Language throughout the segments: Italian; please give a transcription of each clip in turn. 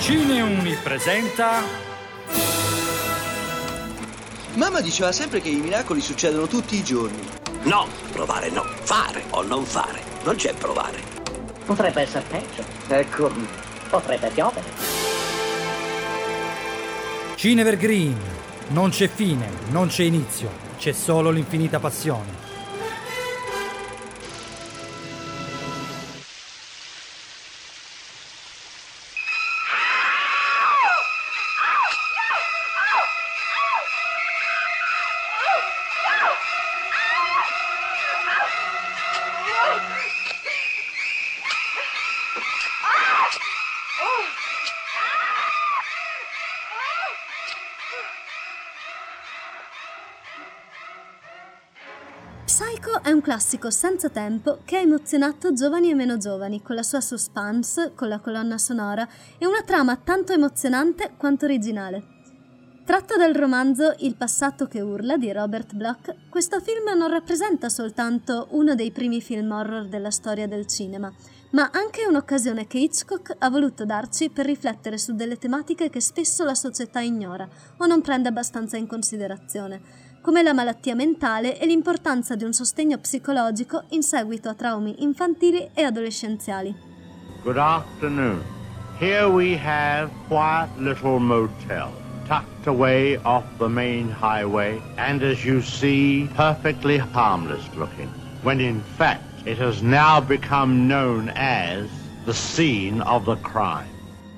Cineuni presenta... Mamma diceva sempre che i miracoli succedono tutti i giorni. No, provare no, fare o non fare, non c'è provare. Potrebbe essere peggio. Ecco, potrebbe piovere. Cinevergreen. Non c'è fine, non c'è inizio, c'è solo l'infinita passione. Psycho è un classico senza tempo che ha emozionato giovani e meno giovani con la sua suspense, con la colonna sonora e una trama tanto emozionante quanto originale. Tratto dal romanzo Il passato che urla di Robert Bloch, questo film non rappresenta soltanto uno dei primi film horror della storia del cinema, ma anche un'occasione che Hitchcock ha voluto darci per riflettere su delle tematiche che spesso la società ignora o non prende abbastanza in considerazione, come la malattia mentale e l'importanza di un sostegno psicologico in seguito a traumi infantili e adolescenziali. Good afternoon. Here we have quiet little motel, tucked away off the main highway, and as you see, perfectly harmless looking, when in fact it has now become known as the scene of the crime.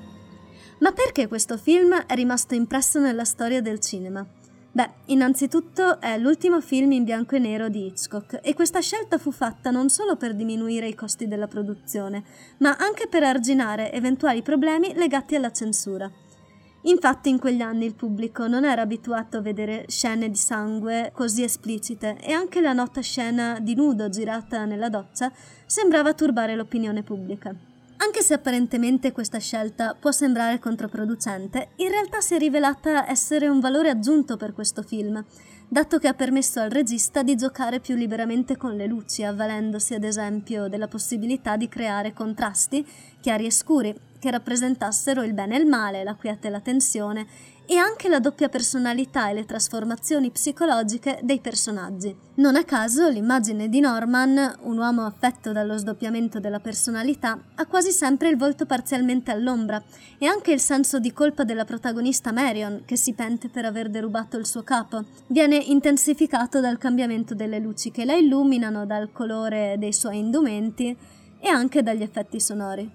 Ma perché questo film è rimasto impresso nella storia del cinema? Beh, innanzitutto è l'ultimo film in bianco e nero di Hitchcock e questa scelta fu fatta non solo per diminuire i costi della produzione, ma anche per arginare eventuali problemi legati alla censura. Infatti in quegli anni il pubblico non era abituato a vedere scene di sangue così esplicite e anche la nota scena di nudo girata nella doccia sembrava turbare l'opinione pubblica. Anche se apparentemente questa scelta può sembrare controproducente, in realtà si è rivelata essere un valore aggiunto per questo film, dato che ha permesso al regista di giocare più liberamente con le luci, avvalendosi ad esempio della possibilità di creare contrasti chiari e scuri, che rappresentassero il bene e il male, la quiete e la tensione, e anche la doppia personalità e le trasformazioni psicologiche dei personaggi. Non a caso l'immagine di Norman, un uomo affetto dallo sdoppiamento della personalità, ha quasi sempre il volto parzialmente all'ombra e anche il senso di colpa della protagonista Marion, che si pente per aver derubato il suo capo, viene intensificato dal cambiamento delle luci che la illuminano, dal colore dei suoi indumenti e anche dagli effetti sonori.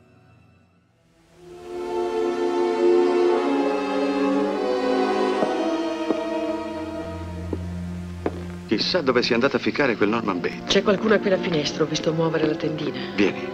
Chissà dove sia andato a ficcare quel Norman Bates. C'è qualcuno a quella finestra, ho visto muovere la tendina. Vieni.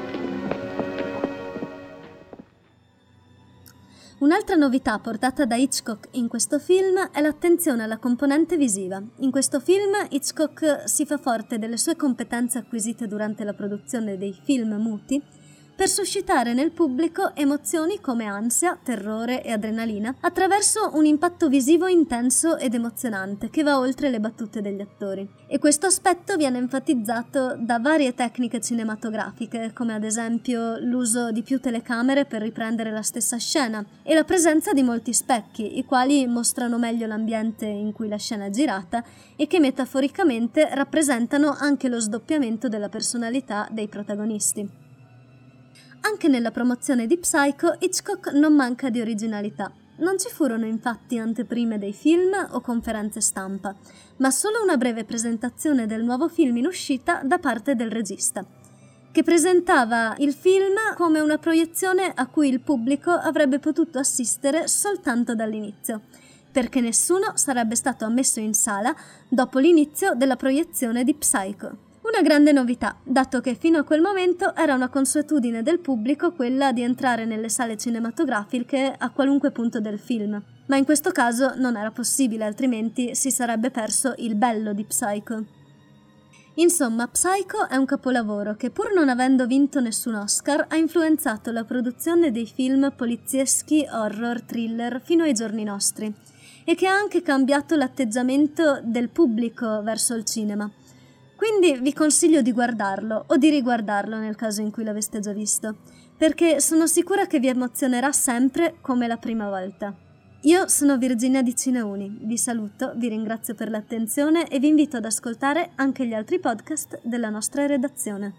Un'altra novità portata da Hitchcock in questo film è l'attenzione alla componente visiva. In questo film Hitchcock si fa forte delle sue competenze acquisite durante la produzione dei film muti per suscitare nel pubblico emozioni come ansia, terrore e adrenalina attraverso un impatto visivo intenso ed emozionante che va oltre le battute degli attori. E questo aspetto viene enfatizzato da varie tecniche cinematografiche, come ad esempio l'uso di più telecamere per riprendere la stessa scena e la presenza di molti specchi, i quali mostrano meglio l'ambiente in cui la scena è girata e che metaforicamente rappresentano anche lo sdoppiamento della personalità dei protagonisti. Anche nella promozione di Psycho, Hitchcock non manca di originalità. Non ci furono infatti anteprime dei film o conferenze stampa, ma solo una breve presentazione del nuovo film in uscita da parte del regista, che presentava il film come una proiezione a cui il pubblico avrebbe potuto assistere soltanto dall'inizio, perché nessuno sarebbe stato ammesso in sala dopo l'inizio della proiezione di Psycho. Una grande novità, dato che fino a quel momento era una consuetudine del pubblico quella di entrare nelle sale cinematografiche a qualunque punto del film, ma in questo caso non era possibile, altrimenti si sarebbe perso il bello di Psycho. Insomma, Psycho è un capolavoro che, pur non avendo vinto nessun Oscar, ha influenzato la produzione dei film polizieschi, horror, thriller fino ai giorni nostri e che ha anche cambiato l'atteggiamento del pubblico verso il cinema. Quindi vi consiglio di guardarlo o di riguardarlo nel caso in cui l'aveste già visto, perché sono sicura che vi emozionerà sempre come la prima volta. Io sono Virginia di Cineuni, vi saluto, vi ringrazio per l'attenzione e vi invito ad ascoltare anche gli altri podcast della nostra redazione.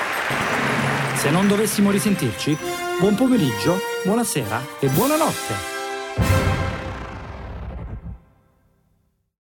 Se non dovessimo risentirci, buon pomeriggio, buonasera e buonanotte!